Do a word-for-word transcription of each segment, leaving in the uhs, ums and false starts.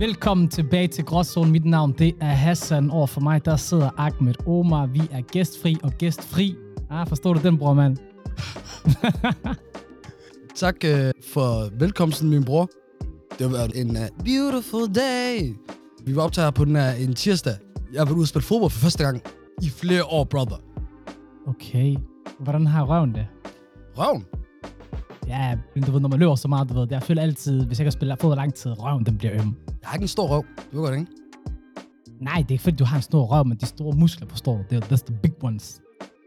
Velkommen tilbage til Gråzone. Mit navn, det er Hassan. Over for mig, der sidder Ahmed Omar. Vi er gæstfri og gæstfri. Ah, forstår du den, bror, mand? Tak uh, for velkomsten, min bror. Det har været en uh, beautiful day. Vi var optaget på den her en tirsdag. Jeg har været ude og spille fodbold for første gang i flere år, brother. Okay. Hvordan har røven det? Røven? Ja, du ved, når man løber så meget, du ved, jeg føler altid, hvis jeg kan spille fodbold lang tid, røven, den bliver øm. Jeg har ikke en stor røv. Du ved godt, ikke? Nej, det er ikke fordi, du har en stor røv, men de store muskler, forstår du? Det er that's the big ones.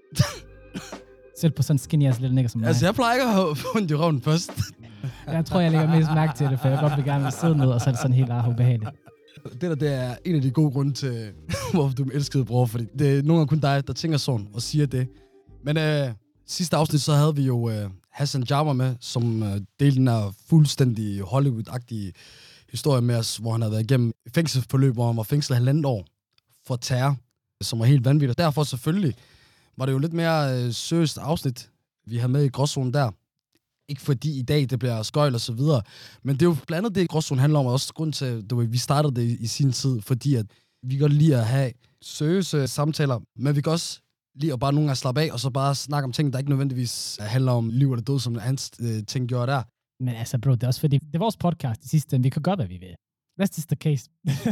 Selv på sådan en skinny ass lille nigger som mig. Altså, jeg plejer ikke at have fundet i røven først. Jeg tror, jeg lægger mest mærke til det, for jeg godt vil gerne sidde ned, og så er det sådan helt ah, ubehageligt. Det der, det er en af de gode grunde til, hvorfor du er min elskede bror, fordi det er nogle gange kun dig, der tænker sådan og siger det. Men øh, sidste afsnit, så havde vi jo øh, Hassan Jama med, som øh, delte den her fuldstændig Hollywood-agtige historie med os, hvor han havde været igennem fængselsforløb, hvor han var fængslet halvandet år for terror, som var helt vanvittigt. Derfor selvfølgelig var det jo lidt mere øh, seriøst afsnit, vi har med i Gråzone der. Ikke fordi i dag det bliver skøjl og så videre, men det er jo blandt andet det, Gråzone handler om, og også grund til, at vi startede det i sin tid, fordi at vi godt lide at have seriøse samtaler, men vi kan også lide at bare nogle gange slappe af, og så bare snakke om ting, der ikke nødvendigvis handler om liv eller død, som hans øh, ting gjorde der. Men altså, bro, det er også fordi, det er vores podcast i sidste ende. Vi kan gøre, hvad vi vil. That's just the case.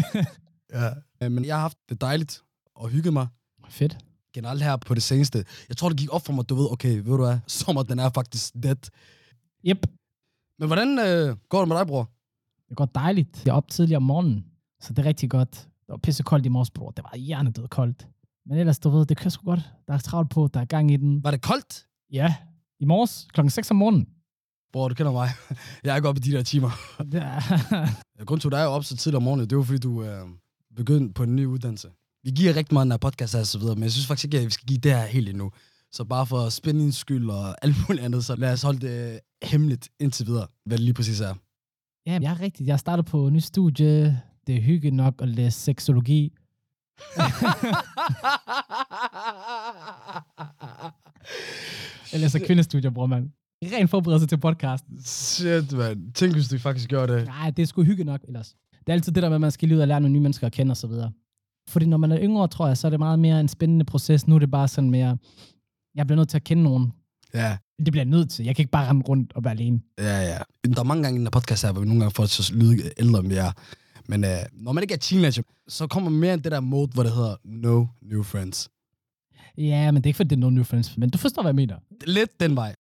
Ja. Men jeg har haft det dejligt og hygget mig. Fedt. Generelt her på det seneste. Jeg tror, det gik op for mig, du ved, okay, ved du hvad, sommer, den er faktisk dead. Yep. Men hvordan øh, går det med dig, bror? Det går dejligt. Jeg er op tidligere om morgenen, så det er rigtig godt. Det var pisse koldt i morges, bror. Det var hjernedød koldt. Men ellers, du ved, det kører sgu godt. Der er travlt på, der er gang i den. Var det koldt? Ja, i morges klokken seks om morgenen. Bror, du kender mig. Jeg er ikke oppe i de der timer. Grunden til, at du er op så tidligt om morgenen, det er jo, fordi du øh, begyndte på en ny uddannelse. Vi giver rigtig meget den her podcast og så videre, men jeg synes faktisk ikke, at vi skal give det her helt endnu. Så bare for spændingens skyld og alt muligt andet, så lad os holde det hemmeligt indtil videre, hvad det lige præcis er. Ja, jeg er rigtig. Jeg starter på en ny studie. Det er hygge nok at læse seksologi. Jeg læser kvindestudier, bror, mand. Ren forberedelse til podcast. Shit, man. Tænk, hvis du faktisk gør det. Nej, det er sgu hygge nok ellers. Det er altid det der med, at man skal lige ud og lære nogle nye mennesker at kende og så videre. Fordi når man er yngre, tror jeg, så er det meget mere en spændende proces. Nu er det bare sådan mere, jeg bliver nødt til at kende nogen. Ja. Det bliver jeg nødt til. Jeg kan ikke bare rende rundt og være alene. Ja, ja. Der er mange gange i den her podcast her, hvor vi nogle gange får så lyde ældre, end vi er. Men øh, når man ikke er teenager, så kommer man mere end det der mode, hvor det hedder no new friends. Ja, men det er ikke fordi, det er no new friends. Men du forstår, hvad jeg mener. Lidt den vej.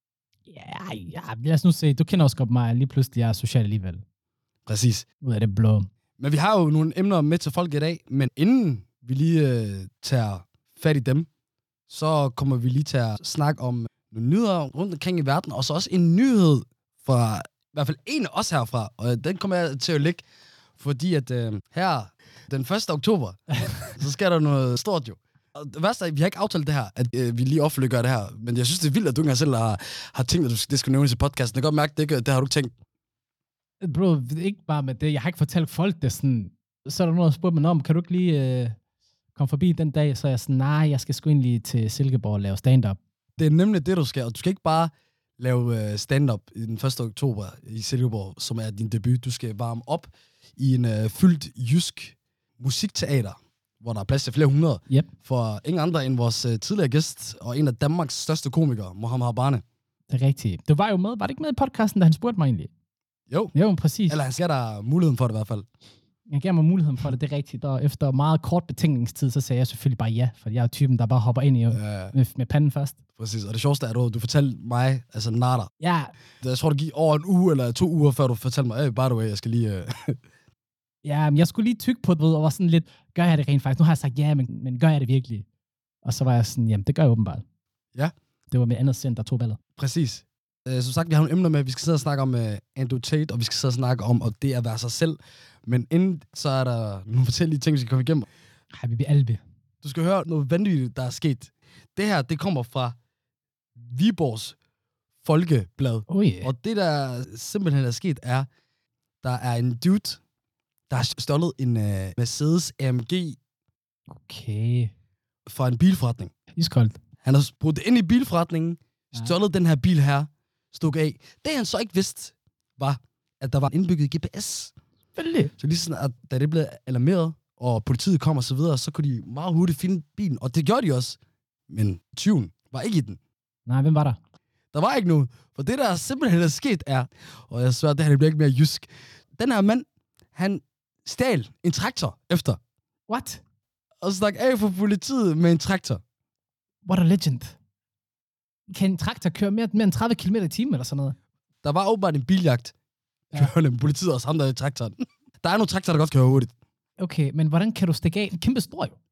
Ja, ja, lad os nu se. Du kender også godt mig. Lige pludselig er jeg social alligevel. Præcis. Ud af det blå. Men vi har jo nogle emner med til folk i dag. Men inden vi lige øh, tager fat i dem, så kommer vi lige til at snakke om nogle nyheder rundt omkring i verden. Og så også en nyhed fra i hvert fald en af os herfra. Og den kommer jeg til at lægge. Fordi at øh, her, den første oktober, så sker der noget stort jo. Og det værste er, at vi har ikke aftalt det her, at øh, vi lige offentliggør det her. Men jeg synes, det er vildt, at du ikke selv har, har tænkt, at det skal nævnes i podcasten. Jeg kan godt mærke, det, det har du ikke tænkt. Bro, ikke bare med det. Jeg har ikke fortalt folk det sådan. Så er der noget, der spurgte mig om, kan du ikke lige øh, komme forbi den dag? Så er jeg sådan, nej, jeg skal sgu egentlig til Silkeborg og lave stand-up. Det er nemlig det, du skal. Og du skal ikke bare lave øh, stand-up i den første oktober i Silkeborg, som er din debut. Du skal varme op i en øh, fyldt jysk musikteater, hvor der er plads til flere hundrede, yep. For ingen andre end vores uh, tidligere gæst, og en af Danmarks største komikere, Mohammed Habane. Det er rigtigt. Du var jo med, var det ikke med i podcasten, da han spurgte mig egentlig? Jo. Jo, præcis. Eller han skal der muligheden for det i hvert fald. Jeg gav mig muligheden for det, det er rigtigt. Og efter meget kort betænkningstid, så sagde jeg selvfølgelig bare ja, for jeg er typen, der bare hopper ind i ja. med, med panden først. Præcis, og det sjoveste er, at du, du fortalte mig, altså natter. Ja. Jeg tror, det gik over en uge eller to uger, før du fortalte mig, hey, by the way, jeg skal lige... Uh... Ja, men jeg skulle lige tygge på det, og var sådan lidt, gør jeg det rent faktisk? Nu har jeg sagt ja, men, men gør jeg det virkelig? Og så var jeg sådan, jamen det gør jeg åbenbart. Ja. Det var med andet sind, der tog ballet. Præcis. Uh, som sagt, vi har nogle emner med, vi skal sidde og snakke om uh, Andrew Tate, og vi skal sidde og snakke om, og det er at være sig selv. Men inden, så er der nogle forskellige ting, vi skal komme igennem. Habibi Albi. Du skal høre noget vanvittigt, der er sket. Det her, det kommer fra Viborgs Folkeblad. Oh yeah. Og det, der simpelthen er sket, er, der er en dude, der har stjålet en uh, Mercedes A M G. Okay. Fra en bilforretning. Iskoldt. Han har brugt ind i bilforretningen, stjålet ja. den her bil her, stukket af. Det han så ikke vidste, var, at der var indbygget G P S. Selvfølgelig. Så lige sådan, at da det blev alarmeret, og politiet kom og så videre, så kunne de meget hurtigt finde bilen, og det gjorde de også. Men tyven var ikke i den. Nej, hvem var der? Der var ikke nogen. For det, der simpelthen er sket, er, og jeg svær, det her bliver ikke mere jysk, den her mand, han stjal en traktor efter. What? Og stak af for politiet med en traktor. What a legend. Kan en traktor køre mere, mere end tredive kilometer i timen eller sådan noget? Der var åbenbart en biljagt. Kørende med politiet og ham der i traktoren. Der er nogle traktorer, der godt kører hurtigt. Okay, men hvordan kan du stikke af? En kæmpe stor jo.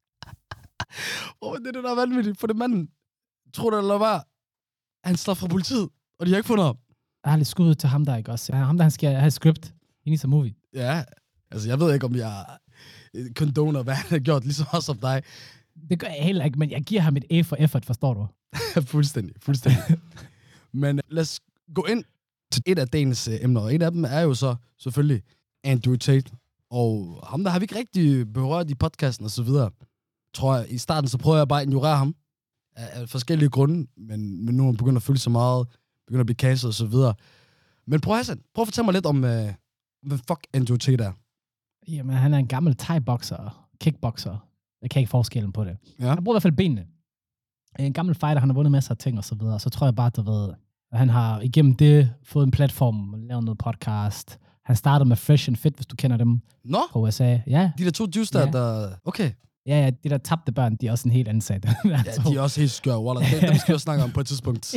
Åh, oh, det er det, der er vanvittigt. For det manden, tror det eller hvad, han slår fra politiet, og de har ikke fundet ham. Jeg har lidt skud til ham der, ikke også? Ham der, han skal have et script. He needs a movie. Ja, altså jeg ved ikke, om jeg condoner, hvad han har gjort, ligesom også som dig. Det gør jeg heller ikke, men jeg giver ham et A for effort, forstår du? fuldstændig, fuldstændig. Men lad os gå ind til et af dagens uh, emner, og et af dem er jo så selvfølgelig Andrew Tate. Og ham der har vi ikke rigtig berørt i podcasten og så videre. Tror jeg, i starten så prøver jeg bare at ignorere ham af, af forskellige grunde, men, men nu er han begyndt at føle så meget, begynder at blive cancelled og så videre. Men prøv Hassan, prøv at fortælle mig lidt om, uh, hvad fuck Andrew Tate er. Jamen, han er en gammel thai-bokser, kickbokser. Jeg kan ikke forskellen på det. Ja. Han bruger i hvert fald benene. En gammel fighter, han har vundet masser af ting og så videre. Så tror jeg bare, du ved, at han har igennem det fået en platform, lavet noget podcast. Han startede med Fresh and Fit, hvis du kender dem. Nå? På U S A. Ja. De der to juice der, Ja. der... Okay. Ja, ja, de der tabte børn, de er også en helt anden sag. Ja, de er også helt skøre, Waller. Det, det skal jeg snakke om på et tidspunkt.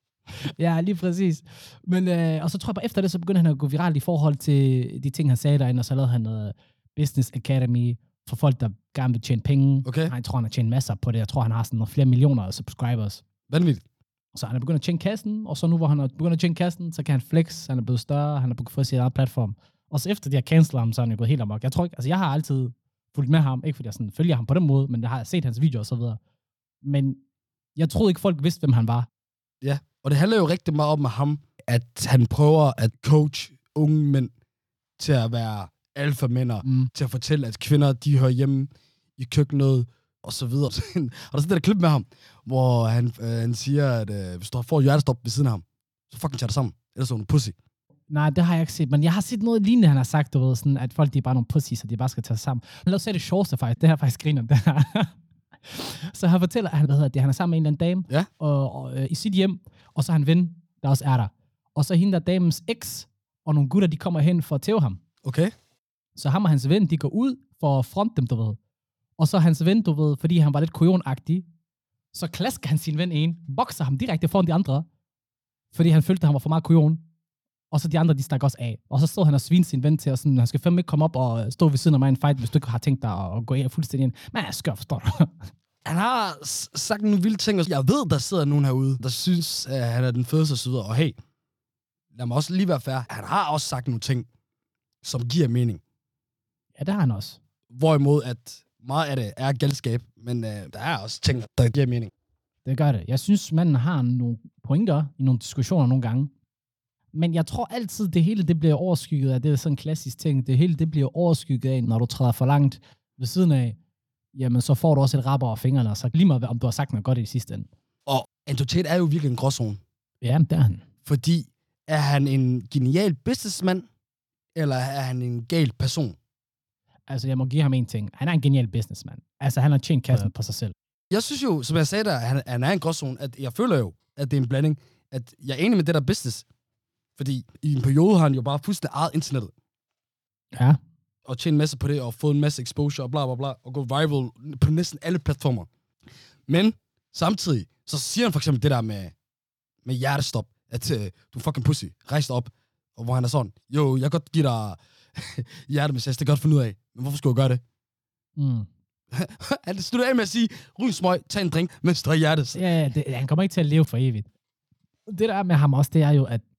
Ja, lige præcis. Men, øh, og så tror jeg bare efter det, så begyndte han at gå viralt i forhold til de ting, han sagde derinde, og så lavede han noget Business Academy for folk, der gerne vil tjene penge. Okay. Jeg tror, han har tjent masser på det. Jeg tror, han har sådan nogle flere millioner af subscribers. Vanvittigt. Så han er begyndt at tjene kassen, og så nu, hvor han er begyndt at tjene kassen, så kan han flex, han er blevet større, han er begyndt at få sin egen platform. Og så efter de har cancelet ham, så er han jo gået helt amok. Jeg tror ikke, altså jeg har altid fulgt med ham, ikke fordi jeg sådan følger ham på den måde, men jeg har set hans videoer og så videre. Men jeg troede ikke, folk vidste, hvem han var. Ja, og det handler jo rigtig meget om med ham, at han prøver at coach unge mænd til at være alfamænder, Mm. til at fortælle, at kvinder, de hører hjemme i køkkenet, og så videre. Og der er sådan der klip med ham, hvor han, øh, han siger, at øh, hvis du får hjertestop ved siden af ham, så fucking tager det sammen. Ellers er du en pussy. Nej, det har jeg ikke set, men jeg har set noget lignende, han har sagt, du ved, sådan, at folk, de er bare nogle pussies, og de bare skal tage sig sammen. Men lad os se det sjoveste faktisk, det her faktisk griner, det her. Så han fortæller, at han, hvad hedder det, han er sammen med en eller anden dame, Ja. og, og, øh, i sit hjem, og så har han ven, der også er der. Og så hende der damens eks, og nogle gutter, de kommer hen for at tæve ham. Okay? Så ham og hans ven, de går ud for at fronte dem, du ved. Og så hans ven, du ved, fordi han var lidt kujonagtig, så klasker han sin ven en, bokser ham direkte foran de andre, fordi han følte, at han var for meget kujon. Og så de andre, de stak også af. Og så stod han og svinede sin ven til, og sådan, han skal fandme ikke komme op og stå ved siden af mig i en fight, hvis du ikke har tænkt dig at gå af fuldstændig ind. Men jeg skør, forstår du. Han har s- sagt nogle vilde ting, og jeg ved, der sidder nogen herude, der synes, at han er den fedeste og så videre. Og hey, lad mig også lige være fair. Han har også sagt nogle ting, som giver mening. Ja, det har han også. Hvorimod, at meget af det er galskab, men øh, der er også ting, der giver mening. Det gør det. Jeg synes, manden har nogle pointer i nogle diskussioner nogle gange. Men jeg tror altid, det hele det bliver overskygget af, det er sådan en klassisk ting, det hele det bliver overskygget af, når du træder for langt ved siden af, jamen så får du også et rap over fingrene, og så lige meget, om du har sagt noget godt i sidste ende. Og Andrew Tate er jo virkelig en gråzone. Ja, det er han. Fordi er han en genial businessman, eller er han en gal person? Altså, jeg må give ham en ting. Han er en genial businessman. Altså, han har tjent kassen på sig selv. Jeg synes jo, som jeg sagde der, han, han er en gråzone, at jeg føler jo, at det er en blanding, at jeg er enig med det der business. Fordi i en periode har han jo bare fuldstændig ejet internettet. Ja. Og tjent en masse på det, og fået en masse exposure, og bla bla bla, og gå viral på næsten alle platformer. Men samtidig, så siger han for eksempel det der med, med hjertestop, at øh, du er fucking pussy, rejs dig op, og hvor han er sådan, jo, jeg kan godt give dig hjertemassage, det kan godt finde ud af, men hvorfor skulle jeg gøre det? Mm. Han slutter af med at sige, ryg en smøg, tag en drink, mens du drikker hjertet. Ja, det, han kommer ikke til at leve for evigt. Det der er med ham også, det er jo, at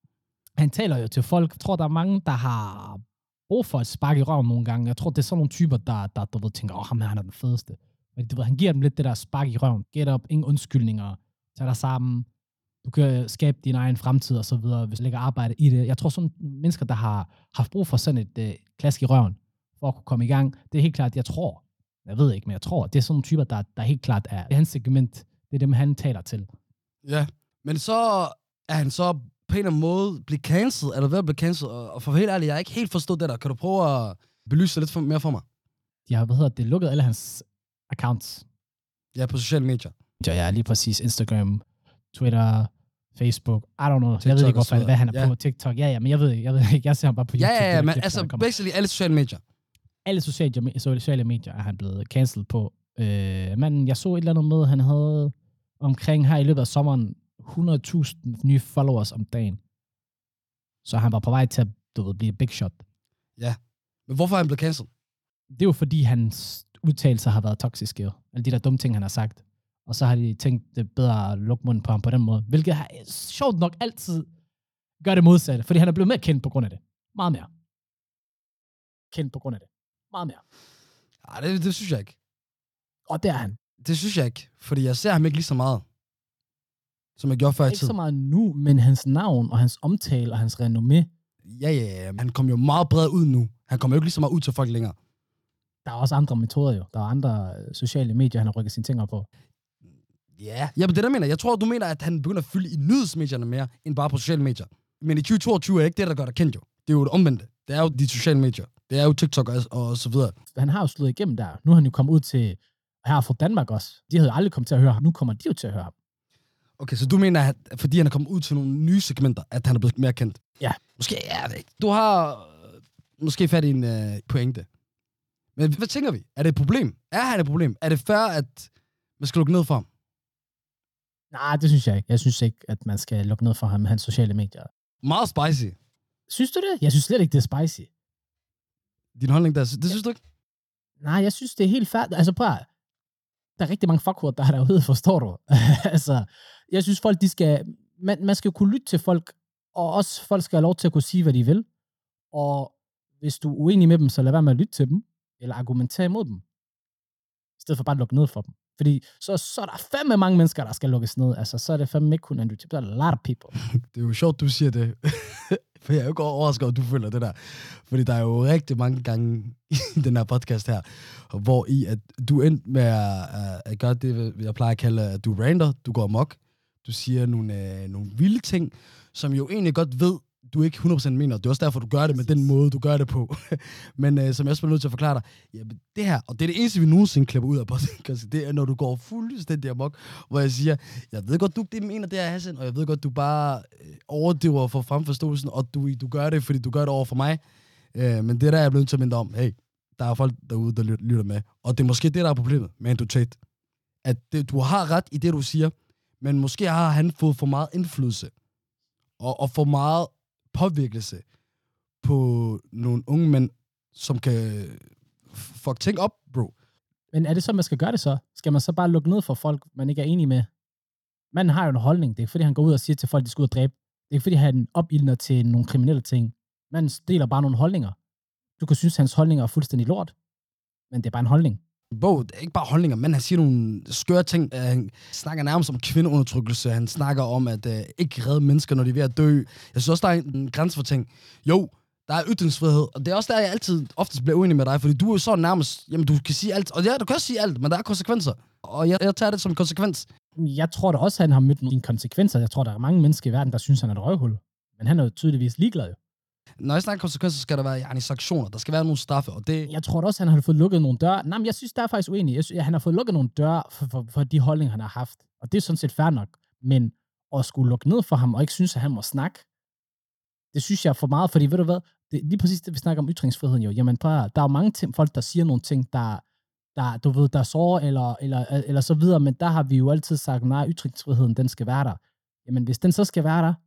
han taler jo til folk. Jeg tror, der er mange, der har brug for et spark i røven nogle gange. Jeg tror, det er sådan nogle typer, der, der du ved, tænker, åh, ham her, han er den fedeste. Men du ved, han giver dem lidt det der spark i røven. Get up, ingen undskyldninger. Tag dig sammen. Du kan skabe din egen fremtid og så videre, hvis du lægger arbejde i det. Jeg tror, sådan mennesker, der har haft brug for sådan et uh, klask i røven, for at kunne komme i gang, det er helt klart, jeg tror, jeg ved ikke, men jeg tror, det er sådan nogle typer, der, der helt klart er, det er hans segment. Det er dem, han taler til. Ja, men så er han så på en eller anden måde blive cancelled, eller ved at blive cancelled, og, og for helt ærligt, jeg har ikke helt forstået det der. Kan du prøve at belyse lidt for, mere for mig? De har, hvad hedder det, lukket alle hans accounts. Ja, på sociale medier. Ja, ja, lige præcis. Instagram, Twitter, Facebook, I don't know. TikTok jeg ved ikke, hvorfor, hvad han er ja. på. TikTok, ja, ja, men jeg ved ikke. Jeg, ved ikke. Jeg ser ham bare på ja, YouTube. Ja, ja, det, men klip, altså, basically alle sociale medier. Alle sociale, sociale medier er han blevet cancelled på. Øh, men jeg så et eller andet med, han havde omkring her i løbet af sommeren hundrede tusind nye followers om dagen. Så han var på vej til at, du ved, blive big shot. Ja, men hvorfor er han blevet cancelled? Det er jo fordi, hans udtalelser har været toksiske. Jo. Alle de der dumme ting, han har sagt. Og så har de tænkt, det er bedre at lukke munden på ham på den måde. Hvilket har sjovt nok altid gør det modsatte. Fordi han er blevet mere kendt på grund af det. Meget mere. Kendt på grund af det. Meget mere. Ej, det, det synes jeg ikke. Og det er han. Det synes jeg ikke. Fordi jeg ser ham ikke lige så meget, som jeg gjorde før i Ikke tiden. så meget nu, men hans navn og hans omtale og hans renommé. Ja, ja, ja. Han kom jo meget bredere ud nu. Han kommer jo ikke lige så meget ud til folk længere. Der er også andre metoder jo. Der er andre sociale medier, han har rykket sine ting op på. Ja, ja, men det der mener, jeg tror, du mener, at han begynder at fylde i nyhedsmedierne mere, end bare på sociale medier. Men i tyve toogtyve er ikke det, der gør dig kendt jo. Det er jo det omvendte. Det er jo de sociale medier. Det er jo TikTok og, og så videre. Han har jo slået igennem der. Nu er han jo kommet ud til her fra Danmark også. De havde jo aldrig kommet til at høre ham. Nu kommer de jo til at høre ham. Okay, så du mener, at fordi han er kommet ud til nogle nye segmenter, at han er blevet mere kendt? Ja. Måske, ja, det ikke. Du har øh, måske fat i en øh, pointe. Men hvad tænker vi? Er det et problem? Er han et problem? Er det fair, at man skal lukke ned for ham? Nej, det synes jeg ikke. Jeg synes ikke, at man skal lukke ned for ham med hans sociale medier. Meget spicy. Synes du det? Jeg synes slet ikke, det er spicy. Din holdning der, det synes du ikke? Nej, jeg synes, det er helt færdigt. Altså prøv at, der er rigtig mange fuckhoveder, der er derude, forstår du? altså, jeg synes folk, de skal, man, man skal jo kunne lytte til folk, og også folk skal have lov til at kunne sige, hvad de vil. Og hvis du er uenig med dem, så lad være med at lytte til dem, eller argumentere imod dem, i stedet for bare at lukke ned for dem. Fordi så, så er der fandme mange mennesker, der skal lukkes ned. Altså, så er det fandme ikke kun Andrew Tate. Der er a lot of people. Det er jo sjovt, du siger det. For jeg er jo ikke overrasket over, at du føler det der. Fordi der er jo rigtig mange gange i den her podcast her, hvor i at du endte med at, at gøre det, jeg plejer at kalde, at du rander, du går amok, du siger nogle, øh, nogle vilde ting, som jo egentlig godt ved, du ikke hundrede procent mener. Det er også derfor, du gør det med den måde, du gør det på. Men øh, som jeg også bliver nødt til at forklare dig, jamen, det her, og det er det eneste, vi nogensinde klipper ud af podcast, det er, når du går fuldstændig amok, hvor jeg siger, jeg ved godt, du det mener, det er Hassan, og jeg ved godt, du bare øh, overdriver for fremforståelsen, og du, du gør det, fordi du gør det over for mig. Øh, men det der, jeg bliver nødt til at minde om, hey, der er folk derude, der lytter med. Og det er måske det, der er problemet med Andrew Tate. At det, du har ret i det, du siger, men måske har han fået for meget indflydelse, og, og for meget påvirkelse på nogle unge mænd, som kan fuck ting op, bro. Men er det så, man skal gøre det så? Skal man så bare lukke ned for folk, man ikke er enig med? Manden har jo en holdning. Det er ikke, fordi han går ud og siger til folk, de skal ud og dræbe. Det er ikke, fordi han opildner til nogle kriminelle ting. Manden deler bare nogle holdninger. Du kan synes, at hans holdninger er fuldstændig lort, men det er bare en holdning. Bro, det er ikke bare holdninger, men han siger nogle skøre ting. Han snakker nærmest om kvindeundertrykkelse. Han snakker om at uh, ikke redde mennesker, når de er ved at dø. Jeg synes også, der er en, en grænse for ting. Jo, der er ytringsfrihed, og det er også der, jeg altid oftest bliver uenig med dig, fordi du er jo så nærmest, jamen du kan sige alt, og ja, du kan også sige alt, men der er konsekvenser, og jeg, jeg tager det som en konsekvens. Jeg tror da også, at han har mødt nogle konsekvenser. Jeg tror, der er mange mennesker i verden, der synes, han er et røghul. Men han er jo tydeligvis ligeglad jo. Når jeg snakker konsekvenser, skal der være ja, sanktioner. Der skal være nogle straffe, og det... Jeg tror da også, at han har fået lukket nogle døre. Nej, men jeg synes, der er faktisk uenig. Jeg synes, han har fået lukket nogle døre for, for, for de holdninger, han har haft. Og det er sådan set fair nok. Men at skulle lukke ned for ham, og ikke synes, at han må snakke, det synes jeg er for meget. Fordi ved du hvad, det, lige præcis det, vi snakker om ytringsfriheden jo. Jamen, prøv, der er jo mange ting, folk, der siger nogle ting, der, der du ved, der er såre, eller, eller, eller så videre. Men der har vi jo altid sagt, nej, ytringsfriheden, den skal være der. Jamen, hvis den så skal være der,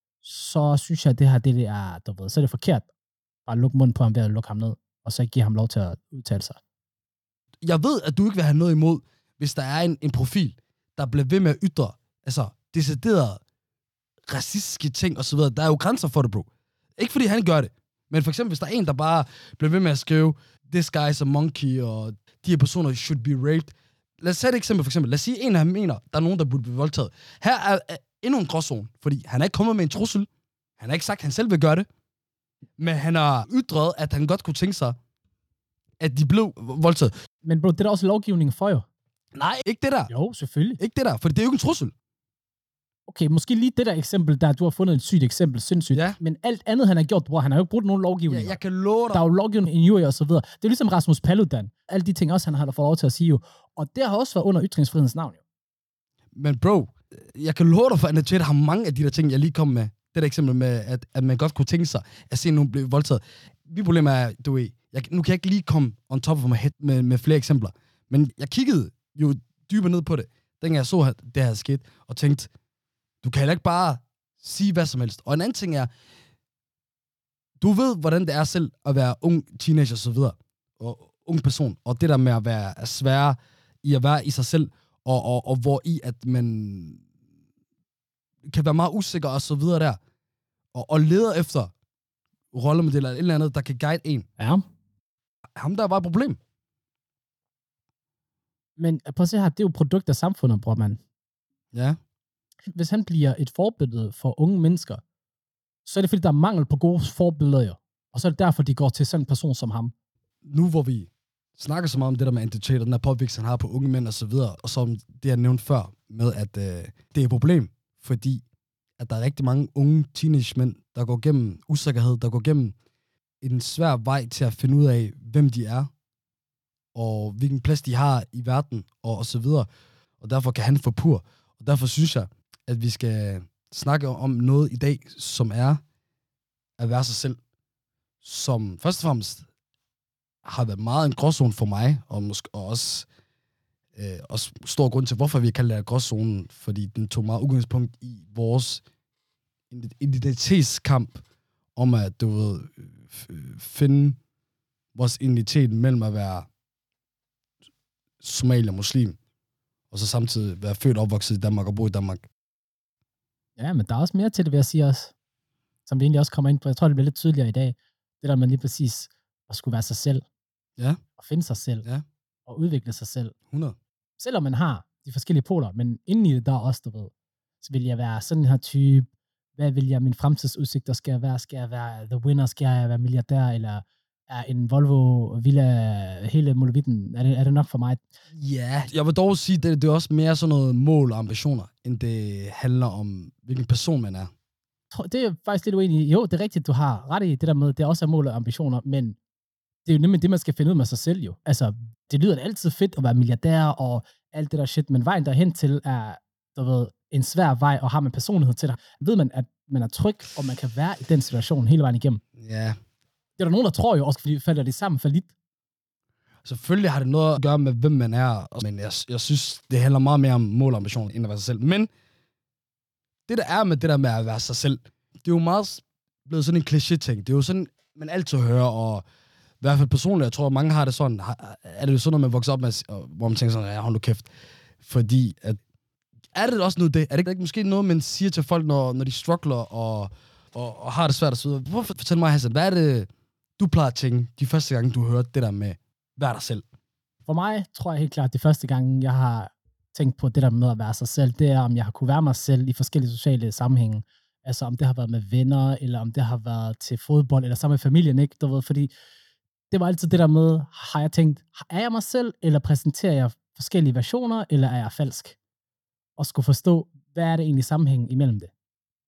så synes jeg, at det her, det, det er, du ved, så er det forkert. Bare lukke munden på ham ved at lukke ham ned, og så ikke give ham lov til at udtale sig. Jeg ved, at du ikke vil have noget imod, hvis der er en, en profil, der bliver ved med at ytre, altså, deciderede racistiske ting og så videre. Der er jo grænser for det, bro. Ikke fordi han gør det, men for eksempel, hvis der er en, der bare bliver ved med at skrive, this guy is a monkey, og de her personer should be raped. Lad os tage et eksempel, for eksempel. Lad os sige, en af ham mener, der er nogen, der burde blive voldtaget. Her er, er endnu en gråzone, fordi han er ikke kommet med en trussel. Han har ikke sagt, at han selv vil gøre det. Men han har ytret, at han godt kunne tænke sig, at de blev voldtaget. Men bro, det er der også lovgivning for jo. Nej, ikke det der. Jo, selvfølgelig. Ikke det der, for det er jo ikke en trussel. okay, måske lige det der eksempel, der du har fundet et sygt eksempel, sindssygt, ja. men alt andet, han har gjort, bror, han har jo ikke brugt nogen lovgivning. Ja, jeg kan love dig. Der er jo lovgivning i U A og så videre. Det er ligesom Rasmus Paludan. Alle de ting også, han har fået lov til at sige jo. Og det har også været under ytringsfrihedens navn jo. Men bro, jeg kan love dig for, at Anna har mange af de der ting, jeg lige kom med. Det der eksempel med, at, at man godt kunne tænke sig at se nogen blive voldtaget. Mit problem er, du ved, jeg, nu kan jeg ikke lige komme on top of my head med, med flere eksempler. Men jeg kiggede jo dybere ned på det, dengang jeg så, at det her sket, og tænkte, du kan heller ikke bare sige hvad som helst. Og en anden ting er, du ved, hvordan det er selv at være ung teenager og så videre, og ung person, og det der med at være svære i at være i sig selv, og, og, og hvor i, at man kan være meget usikker og så videre der, og, og leder efter rollemodeller eller et eller andet, der kan guide en. Ja. Ham der var et problem. Men prøv at se her, det er jo produkt af samfundet, bror man. Ja. Hvis han bliver et forbillede for unge mennesker, så er det fordi, der er mangel på gode forbilleder jo. Og så er det derfor, de går til sådan en person som ham. Nu hvor vi snakker så meget om det der med anti-chater, den der påvirkning, han har på unge mænd og så videre, og som det, jeg nævnte før, med at øh, det er et problem, fordi at der er rigtig mange unge teenage-mænd, der går gennem usikkerhed, der går gennem en svær vej til at finde ud af, hvem de er, og hvilken plads de har i verden, og, og så videre. Og derfor kan han få pur. Og derfor synes jeg, at vi skal snakke om noget i dag, som er at være sig selv, som først og fremmest har været meget en gråzone for mig, og, måske, og også, øh, også stor grund til, hvorfor vi kalder det gråzonen, fordi den tog meget udgangspunkt i vores identitetskamp om at, du ved, finde vores identitet mellem at være somalier muslim, og så samtidig være født og opvokset i Danmark og bo i Danmark. Ja, men der er også mere til det, vil jeg sige også, som vi egentlig også kommer ind på. Jeg tror, det bliver lidt tydeligere i dag. Det der med lige præcis at skulle være sig selv. Ja. Og finde sig selv. Ja. Og udvikle sig selv. hundrede. Selvom man har de forskellige poler, men inden i det, der er også, du ved, så vil jeg være sådan her type. Hvad vil jeg, min fremtidsudsigter skal jeg være? Skal jeg være the winner? Skal jeg være milliardær? Eller er en Volvo Villa hele muligheden? Er det, er det nok for mig? Ja, jeg vil dog sige, det, det er også mere sådan noget mål og ambitioner, end det handler om, hvilken person man er. Det er faktisk lidt uenig i. Jo, det er rigtigt, du har ret i det der med, det er også mål og ambitioner, men det er jo nemlig det, man skal finde ud med sig selv jo. Altså, det lyder altid fedt at være milliardær og alt det der shit, men vejen derhen til er, du ved, en svær vej, og har man personlighed til dig. Ved man, at man er tryg, og man kan være i den situation hele vejen igennem. Ja. Det er der nogen, der tror jo også, fordi falder det sammen for lidt. Selvfølgelig har det noget at gøre med, hvem man er, men jeg, jeg synes, det handler meget mere om mål og ambitioner, end at være sig selv. Men det, der er med det der med at være sig selv, det er jo meget blevet sådan en kliché-ting. Det er jo sådan, man altid hører, og i hvert fald personligt, jeg tror, mange har det sådan, er det jo sådan, når man vokser op med, hvor man tænker sådan, ja, hold nu kæft. Fordi, at, er det også noget det? Er det ikke måske noget, man siger til folk, når, når de struggler og, og, og har det svært at så videre? Hvorfor fortæl mig, Hassan, hvad er det, du plejer at tænke, de første gange, du hørte det der med, vær dig selv? For mig tror jeg helt klart, det første gang, jeg har tænkt på det der med at være sig selv, det er, om jeg har kunne være mig selv i forskellige sociale sammenhænge. Altså, om det har været med venner, eller om det har været til fodbold, eller sammen med familien, ikke? Du ved, fordi det var altid det der med, har jeg tænkt, er jeg mig selv, eller præsenterer jeg forskellige versioner, eller er jeg falsk? Og skulle forstå, hvad er det egentlig sammenhængen imellem det?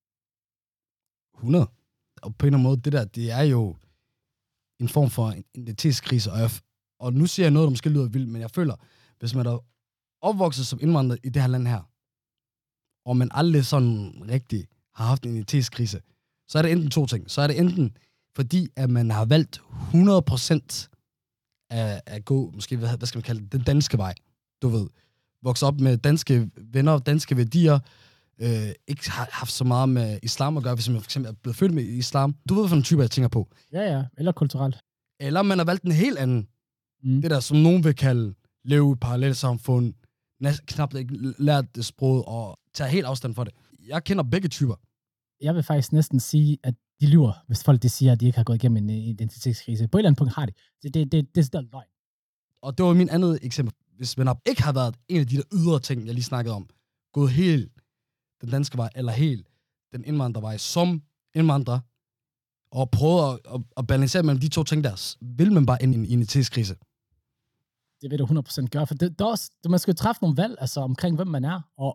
hundrede. Og på en eller anden måde, det der, det er jo en form for identitetskrise, og, jeg, og nu siger jeg noget, der måske lyder vildt, men jeg føler, hvis man er opvokset som indvandrer i det her land her, og man aldrig sådan rigtig har haft en identitetskrise, så er det enten to ting. Så er det enten, fordi at man har valgt hundrede procent at, at gå, måske, hvad, hvad skal man kalde det, den danske vej, du ved, vokse op med danske venner, danske værdier, øh, ikke har haft så meget med islam at gøre, hvis man for eksempel er blevet født med islam. Du ved, hvilken type jeg tænker på. Ja, ja, eller kulturelt. Eller man har valgt en helt anden. Mm. Det der, som nogen vil kalde leve i et parallelsamfund, knap ikke lært det sprog, og tage helt afstand for det. Jeg kender begge typer. Jeg vil faktisk næsten sige, at de lyver, hvis folk de siger, at de ikke har gået igennem en identitetskrise. På et eller andet punkt har de. Det, det, det, det er stadig løgn. Og det var min andet eksempel. Hvis man ikke har været en af de der ydre ting, jeg lige snakkede om, gået helt den danske vej, eller helt den indvandrervej som indvandrer, og prøvet at, at, at balancere mellem de to ting der, vil man bare ind i en identitetskrise. Det vil du hundrede procent gøre, for det, det er også, man skal jo træffe nogle valg altså, omkring, hvem man er, og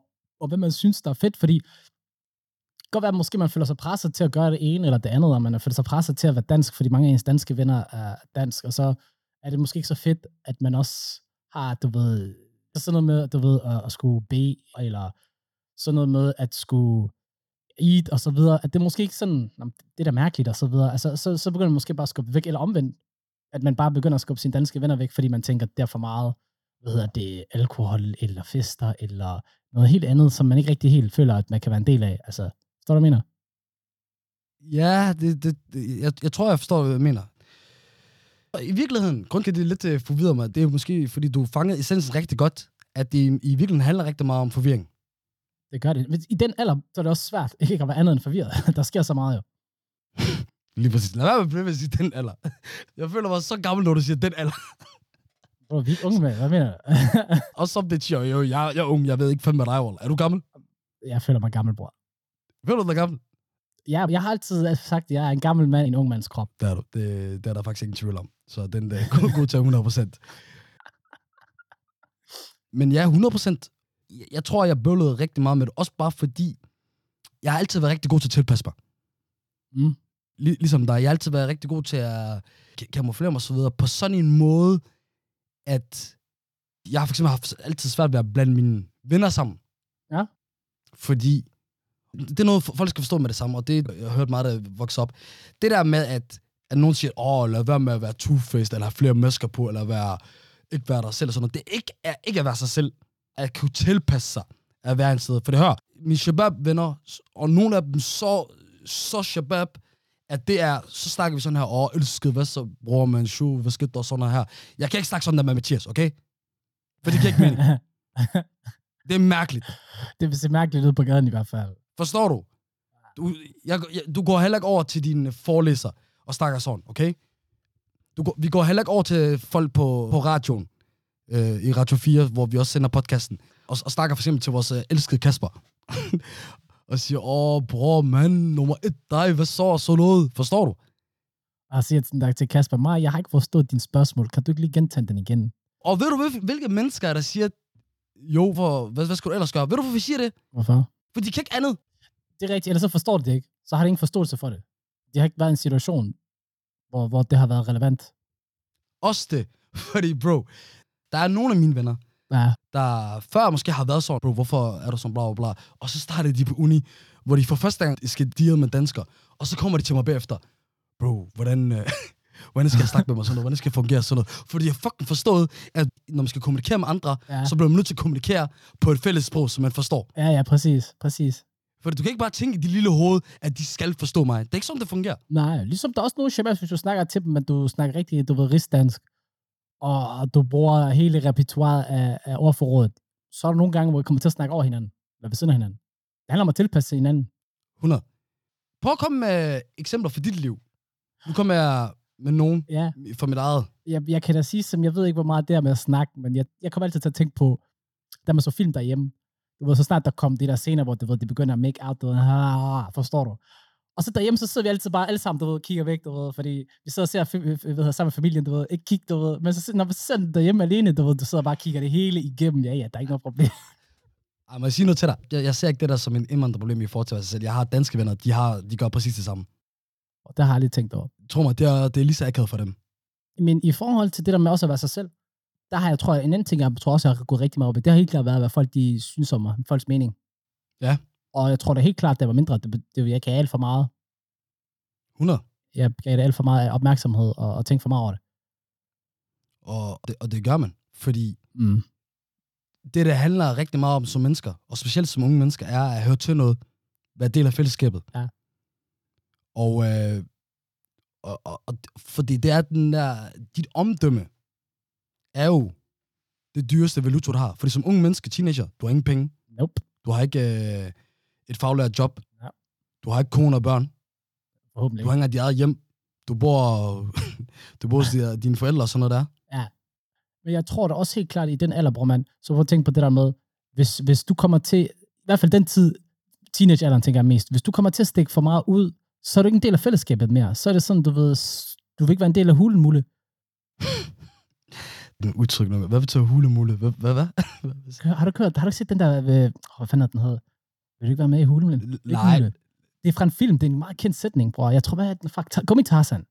og hvad man synes, der er fedt, fordi det kan godt være, at måske man føler sig presset til at gøre det ene eller det andet, og man føler sig presset til at være dansk, fordi mange af ens danske venner er dansk, og så er det måske ikke så fedt, at man også har, du ved, sådan noget med, du ved, at, at skulle bede, eller sådan noget med, at skulle eat, og så videre, at det er måske ikke sådan, det er da mærkeligt, og så videre, altså, så, så begynder man måske bare at skubbe væk, eller omvendt, at man bare begynder at skubbe sine danske venner væk, fordi man tænker, det er for meget, hvad hedder det, alkohol, eller fester, eller noget helt andet, som man ikke rigtig helt føler, at man kan være en del af, altså, forstår du, hvad jeg mener? Ja, det, det, det, jeg, jeg tror, jeg forstår, hvad jeg mener. I virkeligheden, grund til, at det lidt uh, forvirrer mig, det er måske, fordi du fangede essensen rigtig godt, at det i, i virkeligheden handler rigtig meget om forvirring. Det gør det. I den alder, så er det også svært ikke at være andet end forvirret. Der sker så meget jo. Lige præcis. Lad være med at sige den alder. Jeg føler mig så gammel, når du siger den alder. Bro, vi er unge med. Hvad mener du? Og så det jo, jo, jeg, jeg er ung, jeg ved ikke fandme dig, Wall. Er du gammel? Jeg føler mig gammel, bror. Føler du dig gammel? Ja, jeg har altid sagt, at jeg er en gammel mand i en ung mands krop. Det er du. Det, det er der faktisk ingen tvivl om. Så den er god, god til hundrede procent. Men ja, hundrede procent. Jeg tror, jeg bøvlede rigtig meget med det. Også bare fordi, jeg har altid været rigtig god til at tilpasse mig. Mm. Lig, ligesom dig. Jeg har altid været rigtig god til at kamuflere mig og så videre. På sådan en måde, at jeg har for eksempel haft altid svært ved at blande mine venner sammen. Ja. Fordi det er noget, folk skal forstå med det samme, og det jeg har hørt meget, da jeg voksede op. Det der med, at, at nogen siger, åh, lad være med at være two-faced, eller have flere møsker på, eller være, ikke være dig selv, og sådan noget. Det er ikke, er ikke at være sig selv, at kunne tilpasse sig at være en sted. For det hør, mine shabab-venner, og nogle af dem så, så shabab, at det er, så snakker vi sådan her, åh, elskede, hvad så, bror, man, shu, hvad skete der, sådan her. Jeg kan ikke snakke sådan der med Mathias, okay? For det kan ikke mening. Det er mærkeligt. Det ser mærkeligt ud på gaden i hvert fald. Forstår du? Du, jeg, jeg, du går heller ikke over til dine forelæser og snakker sådan, okay? Du går, vi går heller ikke over til folk på, på radioen, øh, i Radio fire, hvor vi også sender podcasten, og, og snakker for eksempel til vores øh, elskede Kasper. Og siger, åh, bror, mand, nummer et, dig, hvad så, så noget? Forstår du? Og siger til, til Kasper, Mar, jeg har ikke forstået dine spørgsmål. Kan du ikke lige gentage den igen? Og ved du, hvilke mennesker er der siger, jo, for, hvad, hvad skal du ellers gøre? Ved du, hvorfor vi siger det? Hvorfor? For de kan ikke andet. Det er rigtigt, ellers så forstår de det ikke. Så har de ingen forståelse for det. De har ikke været i en situation, hvor, hvor det har været relevant. Også det. Fordi, bro, der er nogle af mine venner, ja. der før måske har været sådan, bro, hvorfor er du sådan, bla, bla, bla. Og så startede de på uni, hvor de for første gang skal deal med danskere. Og så kommer de til mig bagefter. Bro, hvordan, øh, hvordan skal jeg snakke med mig sådan noget? Hvordan skal jeg fungere sådan noget? Fordi jeg fucking forstået, at når man skal kommunikere med andre, ja. Så bliver man nødt til at kommunikere på et fælles sprog, som man forstår. Ja, ja, præcis, præcis. For du kan ikke bare tænke i dit lille hoved, at de skal forstå mig. Det er ikke sådan, det fungerer. Nej, ligesom der er også nogle shababs, hvis du snakker til dem, at du snakker rigtig, du ved, rigsdansk, og du bruger hele repertoiret af, af ordforrådet, så er der nogle gange, hvor vi kommer til at snakke over hinanden, eller ved siden af hinanden. Det handler om at tilpasse hinanden. hundrede. Prøv at komme med eksempler for dit liv. Nu kommer jeg med nogen ja. For mit eget. Jeg, jeg kan da sige, som jeg ved ikke, hvor meget det er med at snakke, men jeg, jeg kommer altid til at tænke på, da man så film derhjemme, du ved, så snart der kom de der scener, hvor du ved, de begynder at make out, du ved, ah, forstår du? Og så derhjemme, så sidder vi altid bare alle sammen, du ved, kigger væk, du ved, fordi vi sidder og ser ved, sammen med familien, du ved, ikke kigge, du ved, men så, når vi sidder derhjemme alene, du ved, du sidder bare og kigger det hele igennem, ja, ja, der er ikke noget problem. Ej, må jeg sige noget til dig? Jeg, jeg ser ikke det der som en indvandrerproblem i forhold til sig selv. Jeg har danske venner, de, har, de gør præcis det samme. Og det har jeg lige tænkt over. Tro mig, det er, det er lige så akavet for dem. Men i forhold til det der med også at være sig selv, der har jeg, tror jeg, en anden ting, jeg tror også, jeg har gået rigtig meget op i. Det har helt klart været, hvad folk de synes om mig, folks mening. Ja. Og jeg tror da helt klart, det var mindre, det, det jeg gav alt for meget. hundrede. Jeg gav det alt for meget opmærksomhed og, og tænkte for meget over det. Og det, og det gør man, fordi mm. det, der handler rigtig meget om som mennesker, og specielt som unge mennesker, er at høre til noget, være del af fællesskabet. Ja. Og, øh, og, og, og fordi det er den der, dit omdømme er jo det dyreste valuta, du har. Fordi som unge menneske, teenager, du har ingen penge. Nope. Du har ikke øh, et faglært job. Ja. Du har ikke kone og børn. Forhåbentlig. Du hænger dit eget hjem. Du bor, du bor hos dine forældre og sådan noget der. Ja. Men jeg tror da også helt klart i den alder, bror mand, så prøv at tænke på det der med, hvis, hvis du kommer til, i hvert fald den tid, teenagealderen tænker jeg mest, hvis du kommer til at stikke for meget ud, så er du ikke en del af fællesskabet mere. Så er det sådan, du ved, du vil ikke være en del af hulen, Mulle. fucking udtryk nu. Hvad betyder hulemulle? Hvad, hvad, hvad? Har du kørt, har du set den der, øh, hvad fanden er den hedder? Vil du ikke være med i Hulemulle? Nej. Det er fra en film, det er en meget kendt sætning, bror. Jeg tror, hvad er den fra? Gummi Tarzan.